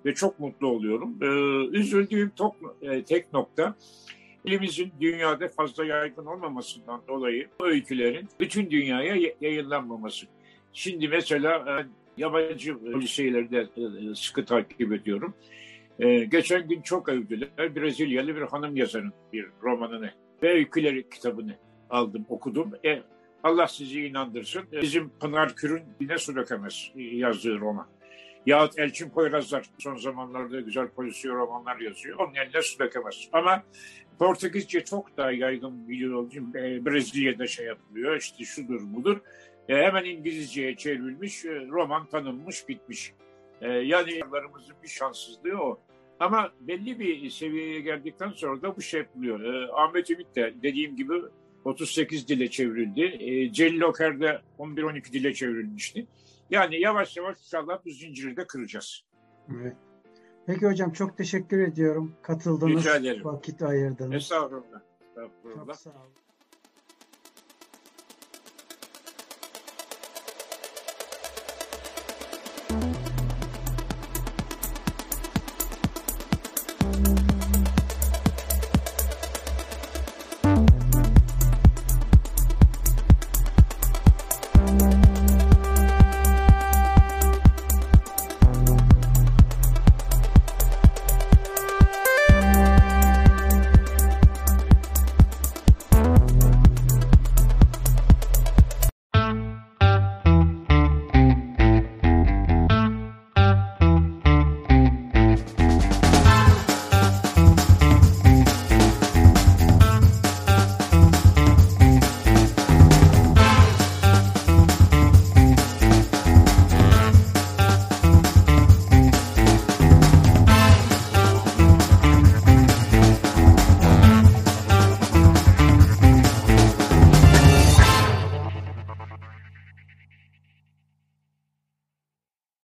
ve çok mutlu oluyorum. Ee, üzüldüğüm tok, e, tek nokta elimizin dünyada fazla yaygın olmamasından dolayı bu öykülerin bütün dünyaya yayınlanmaması. Şimdi mesela e, yabancı şeyleri de e, sıkı takip ediyorum. E, geçen gün çok övdüler. Brezilyalı bir hanım yazarın bir romanını ve öyküleri kitabını aldım, okudum. E, Allah sizi inandırsın. Bizim Pınar Kür'ün Dine Su Dökemez yazdığı roman. Yahut Elçin Poyrazlar son zamanlarda güzel polisiye romanlar yazıyor. Onun eline su dökemez. Ama Portekizce çok daha yaygın biliyor için Brezilya'da şey yapılıyor. İşte şudur budur. E, hemen İngilizceye çevrilmiş, e, roman tanınmış, bitmiş. E, yani yazarlarımızın bir şanssızlığı o. Ama belli bir seviyeye geldikten sonra da bu şey yapılıyor. E, Ahmet Ümit de dediğim gibi otuz sekiz dile çevrildi. E, Celil Oker de on bir on iki dile çevrilmişti. Yani yavaş yavaş inşallah bu zinciri de kıracağız. Evet. Peki hocam çok teşekkür ediyorum. Katıldınız, Rica ederim. vakit ayırdınız. Estağfurullah. Estağfurullah. Çok sağ olun.